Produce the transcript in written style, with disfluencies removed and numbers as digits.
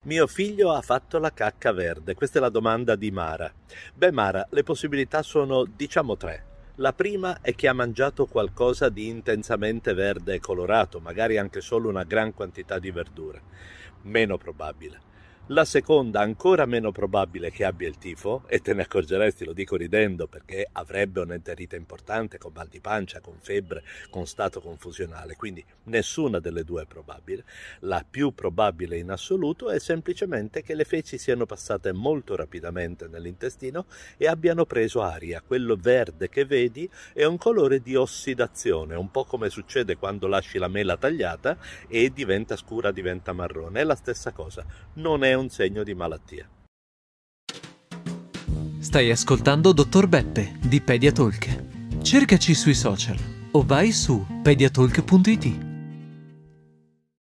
Mio figlio ha fatto la cacca verde. Questa è la domanda di Mara. Beh, Mara, le possibilità sono, diciamo, tre. La prima è che ha mangiato qualcosa di intensamente verde e colorato, magari anche solo una gran quantità di verdura. Meno probabile. La seconda, ancora meno probabile che abbia il tifo, e te ne accorgeresti, lo dico ridendo, perché avrebbe un'enterite importante con mal di pancia, con febbre, con stato confusionale, quindi nessuna delle due è probabile. La più probabile in assoluto è semplicemente che le feci siano passate molto rapidamente nell'intestino e abbiano preso aria. Quello verde che vedi è un colore di ossidazione, un po' come succede quando lasci la mela tagliata e diventa scura, diventa marrone. È la stessa cosa, non è un segno di malattia. Stai ascoltando Dottor Beppe di Pediatalk. Cercaci sui social o vai su pediatalk.it.